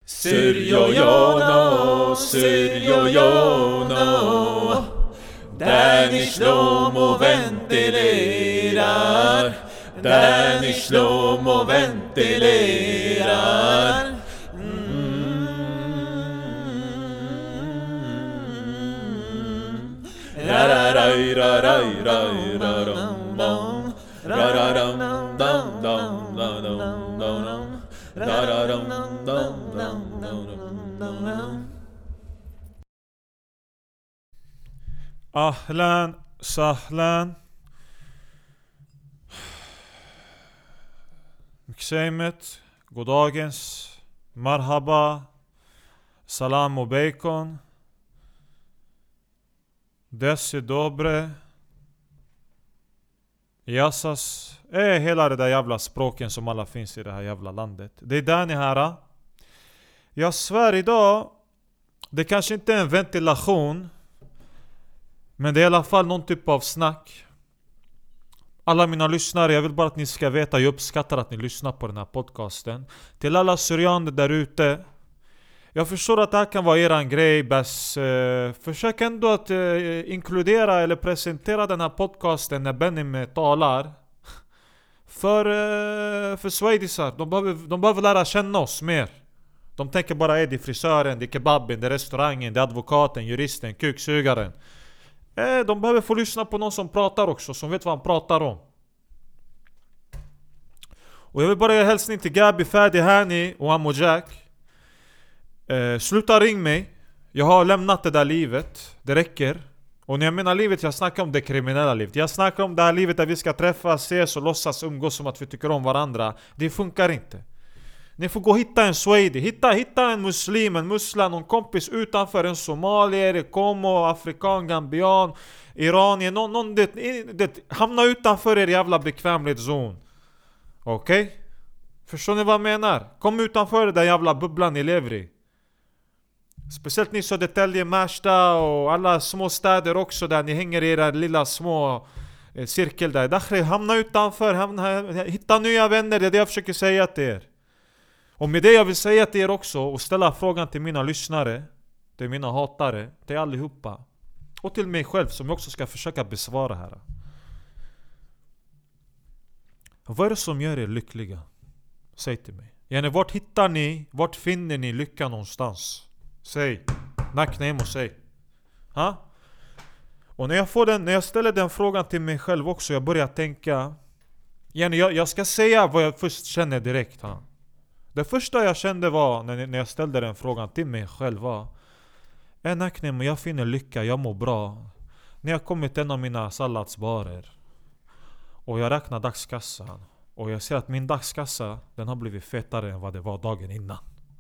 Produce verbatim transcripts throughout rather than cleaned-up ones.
Syrjo Jono, Syrjo Jono, där ni Shlomo ventilerar, där ni Shlomo ventilerar. Mm. Ra-ra-rai, ra-rai, rai, ra-ram, bam, ra-ra-ram, dam, dam, dam, dam, dam. Ahlan, sahlan. Mksejmet, goddagens, marhaba, salam och bacon. Desi dobre. Jassas. Är hela det där jävla språken som alla finns i det här jävla landet. Det är där ni här. Jag svär idag, det kanske inte är en ventilation, men det är i alla fall någon typ av snack. Alla mina lyssnare, jag vill bara att ni ska veta, jag uppskattar att ni lyssnar på den här podcasten. Till alla syrianer där ute, jag förstår att det här kan vara eran grej, bäst. Uh, försök ändå att uh, inkludera eller presentera den här podcasten när Benim talar. För, uh, för Swedisar, de behöver, de behöver lära känna oss mer. De tänker bara, är det frisören, det är kebaben, det är restaurangen, det är advokaten, juristen, kuksugaren. Eh, de behöver få lyssna på någon som pratar också, som vet vad han pratar om. Och jag vill bara ge hälsning till Gabi, Fadi, Hani och Amo Jack. Eh, sluta ring mig. Jag har lämnat det där livet. Det räcker. Och när jag menar livet, jag snackar om det kriminella livet. Jag snackar om det här livet där vi ska träffas, ses och låtsas umgås som att vi tycker om varandra. Det funkar inte. Ni får gå och hitta en swedi. Hitta, hitta en muslim, en musslan, någon kompis utanför, en somalier, komo, afrikan, gambian, iranier. Någon, någon det, det, hamna utanför er jävla bekvämlighetszon. Okej? Okay? Förstår ni vad jag menar? Kom utanför det där jävla bubblan ni lever i. Speciellt ni Södertälje, Märsta och alla små städer också där ni hänger i era lilla små eh, cirkel där. Dakhri, hamna utanför, hamna, hitta nya vänner, det är det jag försöker säga till er. Och med det jag vill säga till er också, och ställa frågan till mina lyssnare, till mina hatare, till allihopa. Och till mig själv som jag också ska försöka besvara här. Vad är det som gör er lyckliga? Säg till mig. Yani, vart hittar ni, vart finner ni lycka någonstans? Säg. Nack hem och säg. Ha? Och när jag, får den, när jag ställer den frågan till mig själv också, jag börjar tänka. Yani, jag, jag ska säga vad jag först känner direkt. Ha? Det första jag kände var, när, när jag ställde den frågan till mig själv var, är nack hem och jag finner lycka, jag mår bra. När jag kommer till en av mina salladsbarer och jag räknar dagskassan och jag ser att min dagskassa, den har blivit fetare än vad det var dagen innan.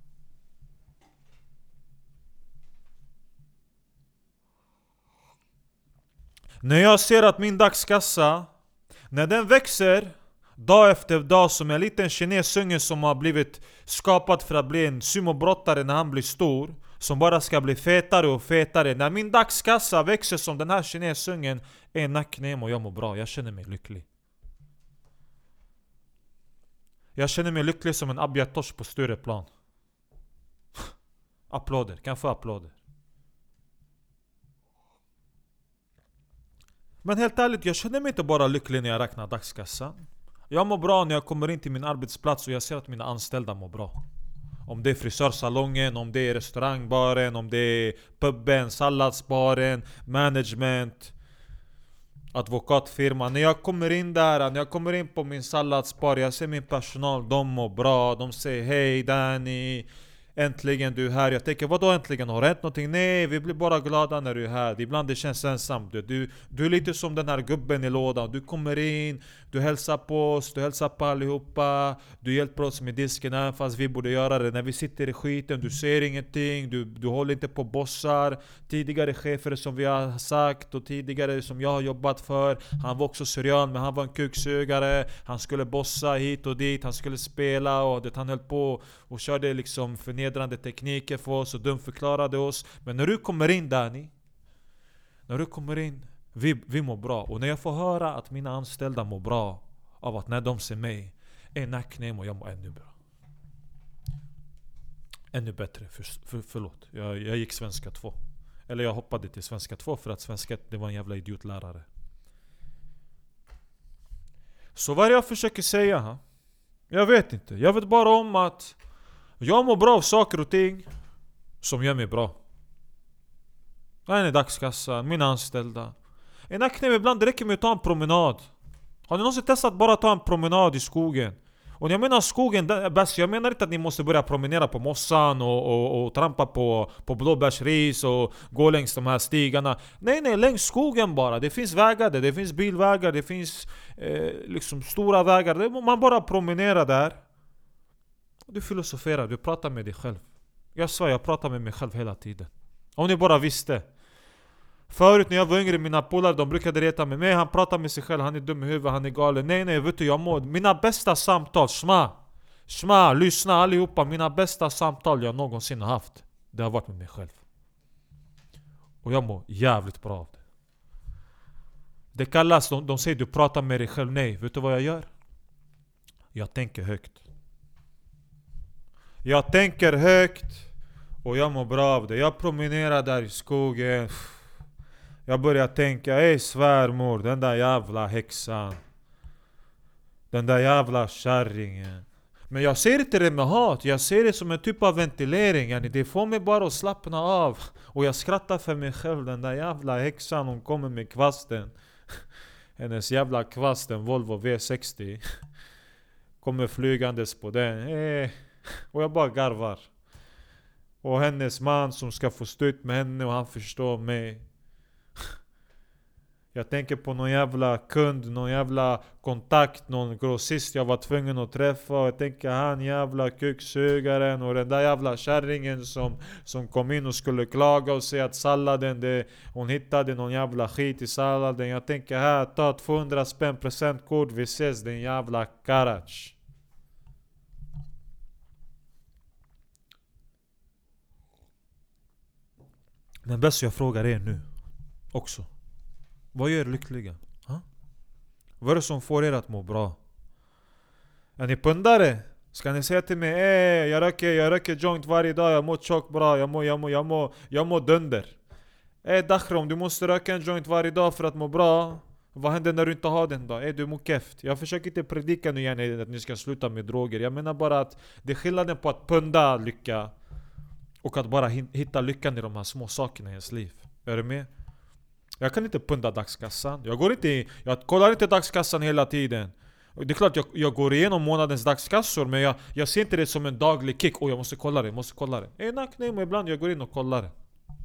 När jag ser att min dagskassa, när den växer dag efter dag som en liten kinesunge som har blivit skapad för att bli en sumobrottare när han blir stor, som bara ska bli fetare och fetare. När min dagskassa växer som den här kinesungen, är nacknem och jag mår bra. Jag känner mig lycklig. Jag känner mig lycklig som en abjatosh på Stureplan. Applåder, kan jag få applåder? Men helt ärligt, jag känner mig inte bara lycklig när jag räknar dagskassan. Jag mår bra när jag kommer in till min arbetsplats och jag ser att mina anställda mår bra. Om det är frisörsalongen, om det är restaurangbaren, om det är puben, salladsbaren, management, advokatfirma. När jag kommer in där, när jag kommer in på min salladsbar, jag ser min personal, de mår bra. De säger hej Danny, äntligen du är här. Jag tänker, vadå äntligen? Har det hänt någonting? Nej, vi blir bara glada när du är här. Ibland det känns ensamt. Du, du är lite som den här gubben i lådan. Du kommer in, du hälsar på oss, du hälsar på allihopa. Du hjälper oss med disken även fast vi borde göra det. När vi sitter i skiten, du ser ingenting. Du, du håller inte på bossar. Tidigare chefer som vi har sagt och tidigare som jag har jobbat för. Han var också syrian, men han var en kuksugare. Han skulle bossa hit och dit. Han skulle spela och det, han höll på och körde liksom förnedrande tekniker för oss och dumförklarade oss. Men när du kommer in Danny, när du kommer in, vi, vi mår bra. Och när jag får höra att mina anställda mår bra av att när de ser mig, är nacknem och jag mår ännu bra. ännu bättre, för, för, förlåt. Jag, jag gick svenska två. Eller jag hoppade till svenska två för att svenska det var en jävla idiotlärare. Så vad jag försöker säga här? Jag vet inte. Jag vet bara om att jag mår bra av saker och ting som gör mig bra. Jag är dagskassa, mina anställda. En akne ibland, det räcker med att ta en promenad. Har ni någonsin testat bara ta en promenad i skogen? Och jag menar skogen, bäst, jag menar inte att ni måste börja promenera på mossan och, och, och trampa på, på blåbärsris och gå längs de här stigarna. Nej nej, längs skogen bara. Det finns vägar där, det finns bilvägar, det finns eh, liksom stora vägar. Man bara promenerar där. Du filosoferar, du pratar med dig själv. Jag svär, jag pratar med mig själv hela tiden. Om ni bara visste. Förut när jag var yngre, mina polare, de brukade reta med mig. Han pratar med sig själv, han är dum i huvudet, han är galen. Nej nej, vet du, jag mår. Mina bästa samtal, sma Sma, lyssna allihopa. Mina bästa samtal jag någonsin har haft, det har varit med mig själv. Och jag mår jävligt bra av det. Det kallas, de, de säger du pratar med dig själv. Nej, vet du vad jag gör? Jag tänker högt. Jag tänker högt. Och jag mår bra av det. Jag promenerar där i skogen. Jag börjar tänka, ey svärmor, den där jävla häxan. Den där jävla kärringen. Men jag ser inte det med hat. Jag ser det som en typ av ventilering. Det får mig bara att slappna av. Och jag skrattar för mig själv. Den där jävla häxan, hon kommer med kvasten. Hennes jävla kvasten, Volvo V sextio. Kommer flygandes på den. Hey. Och jag bara garvar. Och hennes man som ska få stöt med henne och han förstår mig. Jag tänker på någon jävla kund, någon jävla kontakt, någon grossist jag var tvungen att träffa. Och jag tänker han jävla kuksugaren och den där jävla kärringen som, som kom in och skulle klaga och säga att salladen, det, hon hittade någon jävla skit i salladen. Jag tänker här, ta tvåhundra spänn presentkort, vi ses den jävla karach. Men bäst jag frågar er nu också. Vad gör er lyckliga? Ha? Vad är det som får er att må bra? Är ni pundare? Ska ni säga till mig, eh, jag röker, jag röker joint varje dag, jag mår tjock bra, jag mår, jag mår, jag mår, jag mår dunder. Eh, Dakhrom, du måste röka en joint varje dag för att må bra. Vad händer när du inte har den då? Eh, du mår keft. Jag försöker inte predika nu igen att ni ska sluta med droger. Jag menar bara att det är skillnaden på att punda lycka och att bara hitta lyckan i de här små sakerna i ens liv. Är du med? Jag kan inte punda dagskassan. Jag går inte i, jag kollar inte dagskassan hela tiden. Det är klart jag, jag går igenom månadens dagskassor, men jag, jag ser inte det som en daglig kick. Och jag måste kolla det, jag måste kolla det. Eh, nack, nej, men ibland jag går in och kollar det.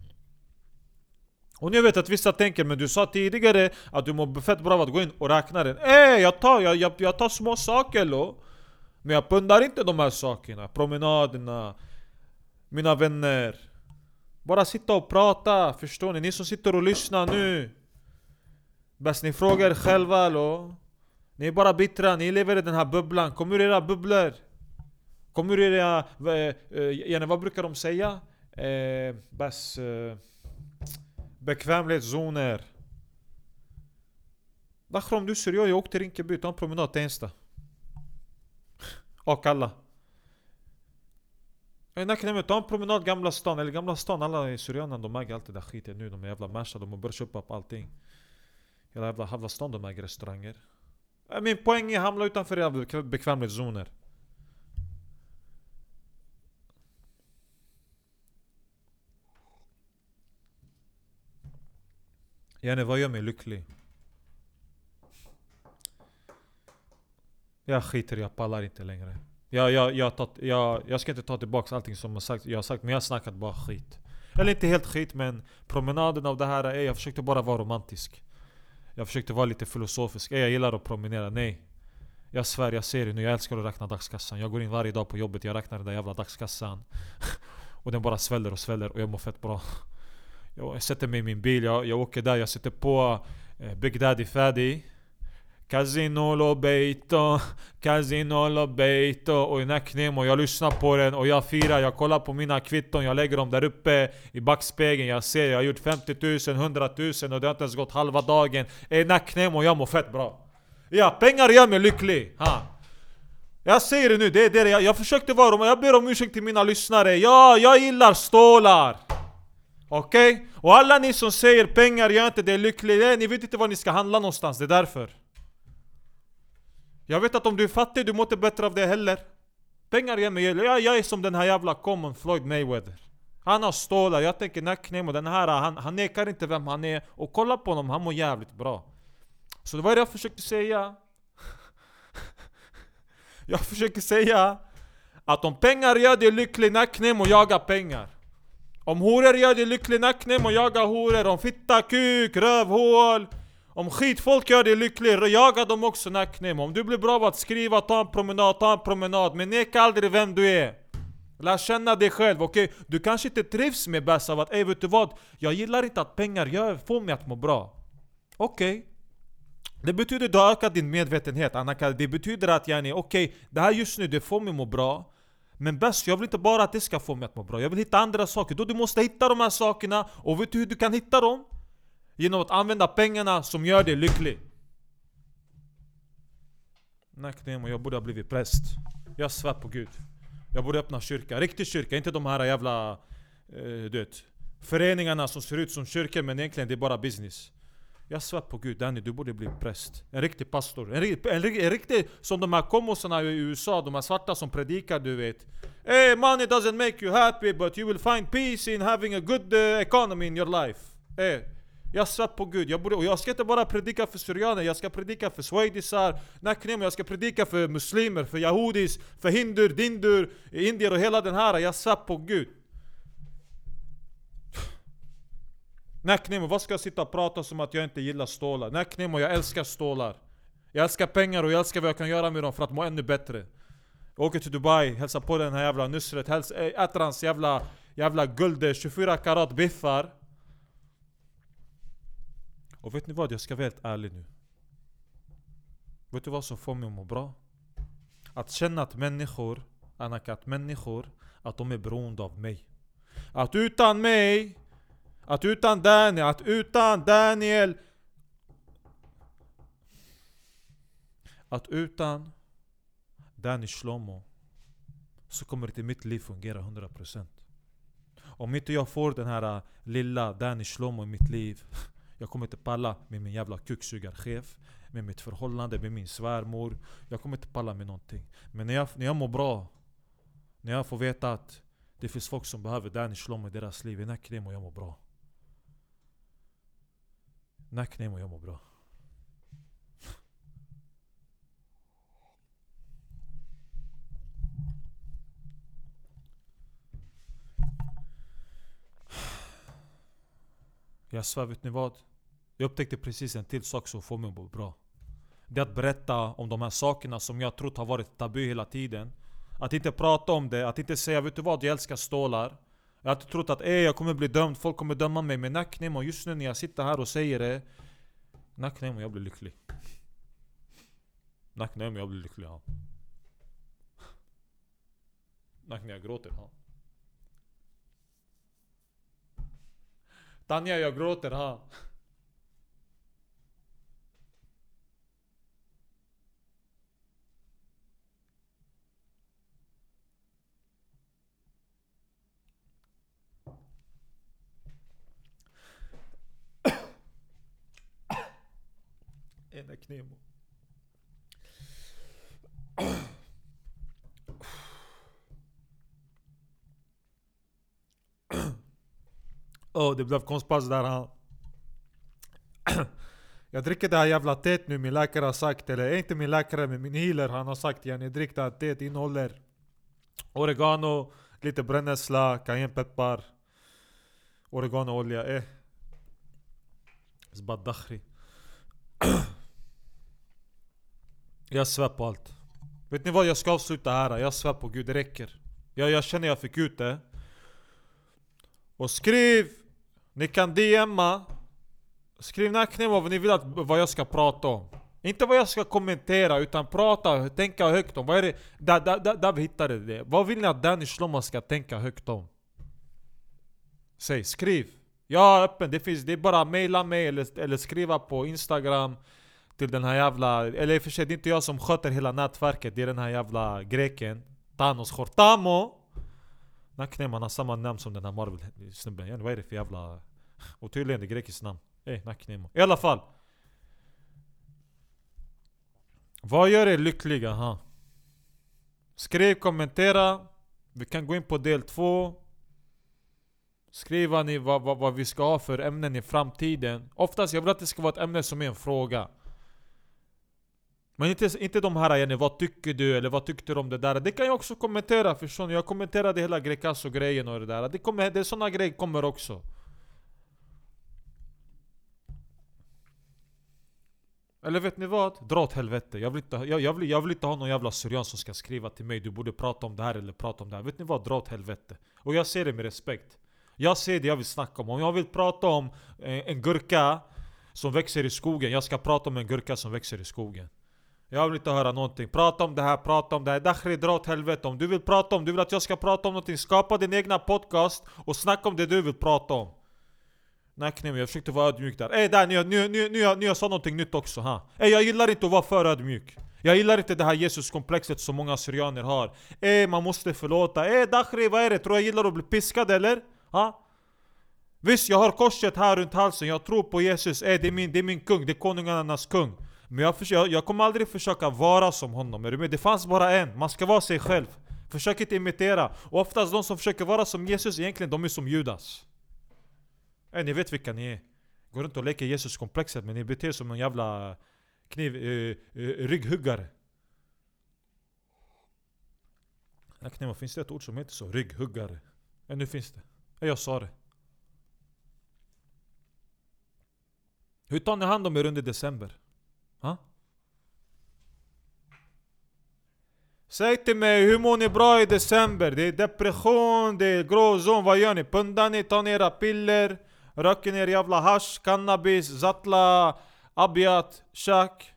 Och jag vet att vissa tänker, men du sa tidigare att du mår fett bra av att gå in och räkna den. Eh, jag tar, jag, jag, jag tar små saker då. Men jag pundar inte de här sakerna. Promenaderna, mina vänner. Bara sitta och prata, förstår ni? Ni som sitter och lyssnar nu. Bäst ni frågar själva, eller? Ni är bara bittra, ni lever i den här bubblan. Kom ur era bubblor. Kom ur era... Eh, vad brukar de säga? Eh, bäst... Eh, bekvämlighetszoner. Därför om du ser jag, jag åkte till Rinkeby, ta en promenad till Ensta. Och alla. Jag näknar ta en promenad Gamla stan, eller Gamla stan, alla i Syrianen, de äger alltid där skiten nu, de är jävla märsa, de har börjat köpa upp allting. Hela jävla halva stan, de äger restauranger. Min poäng är att hamna utanför era bekvämlighetszoner. Janne, vad gör mig lycklig? Jag skiter, jag pallar inte längre. Jag, jag, jag, tar, jag, jag ska inte ta tillbaka allting som jag, sagt, jag har sagt, men jag har snackat bara skit. Eller inte helt skit, men promenaden av det här är, jag försökte bara vara romantisk. Jag försökte vara lite filosofisk. Jag gillar att promenera, nej. Jag svär, jag ser det nu, jag älskar att räkna dagskassan. Jag går in varje dag på jobbet, jag räknar den där jävla dagskassan. Och den bara sväller och sväller och jag mår fett bra. Jag sätter mig i min bil, jag, jag åker där, jag sätter på eh, Big Daddy Faddy. Casino lo beito, Casino lo beito. Och i nacknem och jag lyssnar på den och jag firar, jag kollar på mina kvitton, jag lägger dem där uppe i backspegeln. Jag ser, jag har gjort femtio tusen, hundra tusen och det har inte ens gått halva dagen. I nacknem och jag mår fett bra. Ja, pengar gör mig lycklig. Ha. Jag säger det nu, det är det jag, jag försökte vara om, jag ber om ursäkt till mina lyssnare. Ja, jag gillar stålar. Okej? Okay? Och alla ni som säger pengar gör inte det lyckligt, ni vet inte var ni ska handla någonstans, det är därför. Jag vet att om du är fattig, du mår inte bättre av det heller. Pengar gör mig, jag, jag är som den här jävla common Floyd Mayweather. Han har stålar, jag tänker Nackname och den här, han, han nekar inte vem han är. Och kolla på honom, han mår jävligt bra. Så det var det jag försökte säga. Jag försöker säga att om pengar gör dig lycklig, Nackname och jaga pengar. Om horor gör dig lycklig, Nackname och jaga horor. Om fitta, kuk, rövhål. Om skitfolk gör dig lycklig, jaga dem också, Nackname. Om du blir bra på att skriva, ta en promenad, ta en promenad. Men neka aldrig vem du är. Lär känna dig själv, okej? Okay? Du kanske inte trivs med bäst av att, ey vet du vad? Jag gillar inte att pengar gör, får mig att må bra. Okej. Okay. Det betyder att du har ökat din medvetenhet, Anaka. Det betyder att jag är okej, okay, det här just nu, det får mig må bra. Men bäst, jag vill inte bara att det ska få mig att må bra. Jag vill hitta andra saker. Då du måste hitta de här sakerna. Och vet du hur du kan hitta dem? Genom att använda pengarna som gör dig lycklig. Nacknemo, jag borde ha blivit präst. Jag svär på Gud. Jag borde öppna kyrka, riktig kyrka, inte de här jävla eh, du vet, föreningarna som ser ut som kyrkor men egentligen det är bara business. Jag svär på Gud, Danny, du borde bli präst. En riktig pastor, en, en, en, en riktig, som de här komosarna i U S A, de här svarta som predikar, du vet. Hey, money doesn't make you happy, but you will find peace in having a good uh, economy in your life. Hey. Jag svär på Gud, jag, borde, och jag ska inte bara predika för syrianer, jag ska predika för swedisar, Nacknemo, jag ska predika för muslimer, för yahudis, för hindur, dindur, indier och hela den här. Jag svär på Gud. Nacknemo, vad ska jag sitta och prata som att jag inte gillar stålar? Nacknemo, jag älskar stålar. Jag älskar pengar och jag älskar vad jag kan göra med dem för att må ännu bättre. Jag åker till Dubai, hälsar på den här jävla Nusret, häls, äter hans jävla, jävla guld, tjugofyra karat biffar. Och vet ni vad, jag ska vara helt ärlig nu. Vet du vad som får mig att må bra? Att känna att människor, Anaka, att människor, att de är beroende av mig. Att utan mig, att utan Daniel, att utan Daniel, att utan Danny Shlomo, så kommer inte mitt liv fungera hundra procent. Om inte jag får den här lilla Danny Shlomo i mitt liv, jag kommer inte palla med min jävla kuksugarchef, med mitt förhållande, med min svärmor. Jag kommer inte palla med någonting. Men när jag, när jag mår bra, när jag får veta att det finns folk som behöver Danny Shlomo i deras liv, i Nacknemo jag mår bra. Nacknemo jag mår bra. Jag svär, vet ni vad? Jag upptäckte precis en till sak som får mig att må bra. Det är att berätta om de här sakerna som jag trott har varit tabu hela tiden. Att inte prata om det, att inte säga, vet du vad, jag älskar stålar. Jag har inte trott att jag kommer bli dömd, folk kommer döma mig. Men Nacknemo, just nu när jag sitter här och säger det, Nacknemo, jag blir lycklig. Nacknemo, jag blir lycklig, ja. Nacknemo, jag gråter, ja. Tanja, jag gråter, ha. Nacknemo. Åh, oh, det blev konstpass där, ha. Jag dricker det här jävla teet nu, min läkare har sagt, eller inte min läkare men min healer, han har sagt, jag dricker det här teet, innehåller oregano, lite brännässla, cayennepeppar, oreganoolja, eh. Zbad dakhri. Jag svär på allt. Vet ni vad, jag ska avsluta här, jag svär på Gud, det räcker. Jag, jag känner jag fick ut det. Och skriv, ni kan D M'a. Skriv Nacknemo vad ni vill att vad jag ska prata om. Inte vad jag ska kommentera, utan prata, tänka högt om. Vad är det? Där, där, där, där vi hittade det. Vad vill ni att Danny Shlomo ska tänka högt om? Säg, skriv. Jag är öppen, det finns, det är bara mejla mig eller, eller skriva på Instagram till den här jävla... Eller i och för sig, det är inte jag som sköter hela nätverket. Det är den här jävla greken Thanos Hortamo. Nacknem, han har samma namn som den här Marvel-snubben. Ja, vad är det för jävla... Och tydligen det grekiskt namn. Ey, Nacknem. I alla fall. Vad gör er lyckliga? Ha? Skriv, kommentera. Vi kan gå in på del två. Skriva ni vad, vad, vad vi ska ha för ämnen i framtiden. Oftast jag vill att det ska vara ett ämne som är en fråga. Men inte, inte de här igen, vad tycker du eller vad tyckte du om det där. Det kan jag också kommentera, förstår ni? Jag kommenterade hela Greekazo-grejen och det där. Det, kommer, det är såna grejer kommer också. Eller vet ni vad? Dra åt helvete. Jag vill, inte, jag, jag, vill, jag vill inte ha någon jävla syrian som ska skriva till mig. Du borde prata om det här eller prata om det här. Vet ni vad? Dra åt helvete. Och jag ser det med respekt. Jag ser det jag vill snacka om. Om jag vill prata om eh, en gurka som växer i skogen. Jag ska prata om en gurka som växer i skogen. Jag vill inte höra någonting. Prata om det här, prata om det här. Dakhri, dra åt helvete. Om du vill prata om, du vill att jag ska prata om någonting. Skapa din egna podcast och snacka om det du vill prata om. Nej, knäm, jag försökte vara ödmjuk där. Ey, där, nu, nu, nu, nu, nu jag sa någonting nytt också, ha. Ey, jag gillar inte att vara för ödmjuk. Jag gillar inte det här Jesus-komplexet som många syrianer har. Ey, man måste förlåta. Ey, Dakhri, vad är det? Tror jag gillar att bli piskad, eller? Ha? Visst, jag har korset här runt halsen. Jag tror på Jesus. Ey, det är min, det är min kung. Det är konungarnas kung. Men jag, jag, jag kommer aldrig försöka vara som honom. Är du med? Det fanns bara en. Man ska vara sig själv. Försök inte imitera. Och oftast de som försöker vara som Jesus, egentligen de är som Judas. Ey, ni vet vilka ni är. Går runt och leker Jesus-komplexet, men ni beter som en jävla kniv, uh, uh, rygghuggare. Jag knämmer, finns det ett ord som heter så? Rygghuggare. Ey, nu finns det. Ey, jag sa det. Hur tar ni hand om er under december? Ha? Säg till mig, hur mår ni bra i december? Det är depression, det är grå zon. Vad gör ni? Pundar ni? Tar ni era piller? Röker ni er jävla hash, cannabis, zatla, abiat, kök?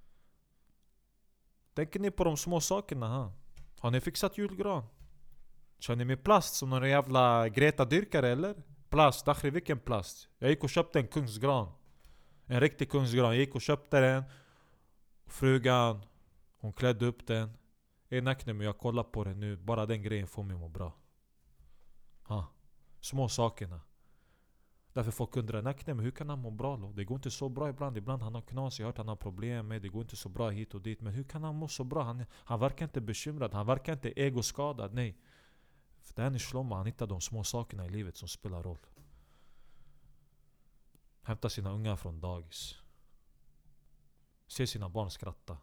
Tänker ni på de små sakerna? Ha? Har ni fixat julgran? Kör ni med plast som några jävla Greta-dyrkare eller? Plast, Dakhri, vilken plast? Jag gick och köpte en kungsgran. En riktig kungsgran. Jag gick och köpte den. Frugan, hon klädde upp den. En nackne, men jag kollar på den nu. Bara den grejen får mig må bra. Ha. Små sakerna. Därför folk undrar, nackne, men hur kan han må bra då? Det går inte så bra ibland. Ibland han har knas, jag har hört han har problem med. Det går inte så bra hit och dit. Men hur kan han må så bra? Han, han verkar inte bekymrad. Han verkar inte egoskadad. Nej. För det här är Shlomo. Han hittar de små sakerna i livet som spelar roll. Hämta sina unga från dagis. Se sina barn skratta.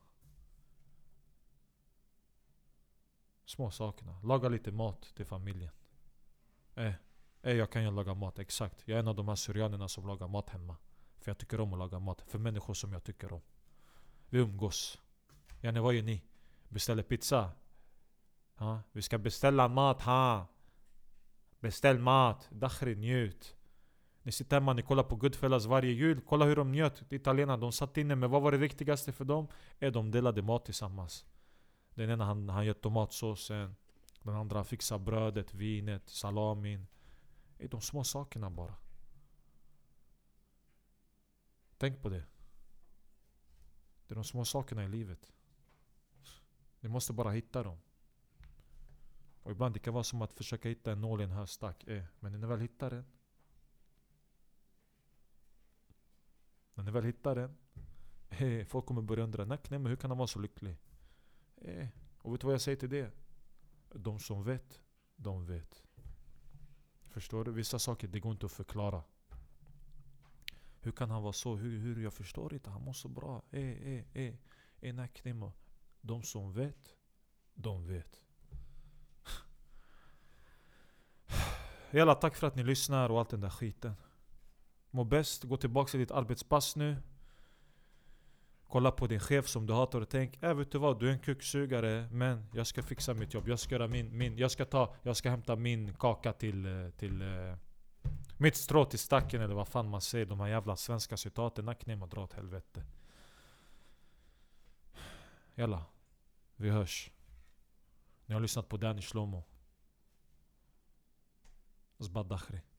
Små sakerna. Laga lite mat till familjen. Eh, eh, jag kan ju laga mat, exakt. Jag är en av de här syrianerna som lagar mat hemma. För jag tycker om att laga mat. För människor som jag tycker om. Vi umgås. Ja, vad gör ni? Beställer pizza. Ha? Vi ska beställa mat, ha. Beställ mat. Dakhri, njut. Ni sitter hemma, ni kollar på Goodfellas varje jul. Kolla hur de njöt. Italienarna, de satt inne. Men vad var det viktigaste för dem? Är de delade mat tillsammans. Den ena han, han gör tomatsåsen. Den andra fixar brödet, vinet, salamin. Det är de små sakerna bara. Tänk på det. Det är de små sakerna i livet. Ni måste bara hitta dem. Och ibland det kan vara som att försöka hitta en nål i en höstack. Eh, men när ni väl hittar den. När ni väl hittar den. Eh, folk kommer börja undra. Nej, men hur kan han vara så lycklig? Eh, och vet du vad jag säger till det? De som vet, de vet. Förstår du? Vissa saker, det går inte att förklara. Hur kan han vara så? Hur, hur? Jag förstår inte. Han mår så bra. Eh, eh, eh. Eh, nej, knämmer. De som vet, de vet. Jävla tack för att ni lyssnar och allt den där skiten. Må bäst, gå tillbaka till ditt arbetspass nu. Kolla på din chef som du hatar och tänk, äh, vet du vad, du är en kuksugare, men jag ska fixa mitt jobb. Jag ska göra min, min jag ska ta, jag ska hämta min kaka till, till uh, mitt strå till stacken, eller vad fan man säger. De här jävla svenska citaten, nacknem och dra åt helvete. Jalla, vi hörs. Ni har lyssnat på Danny Shlomo. Zbad Dakhri.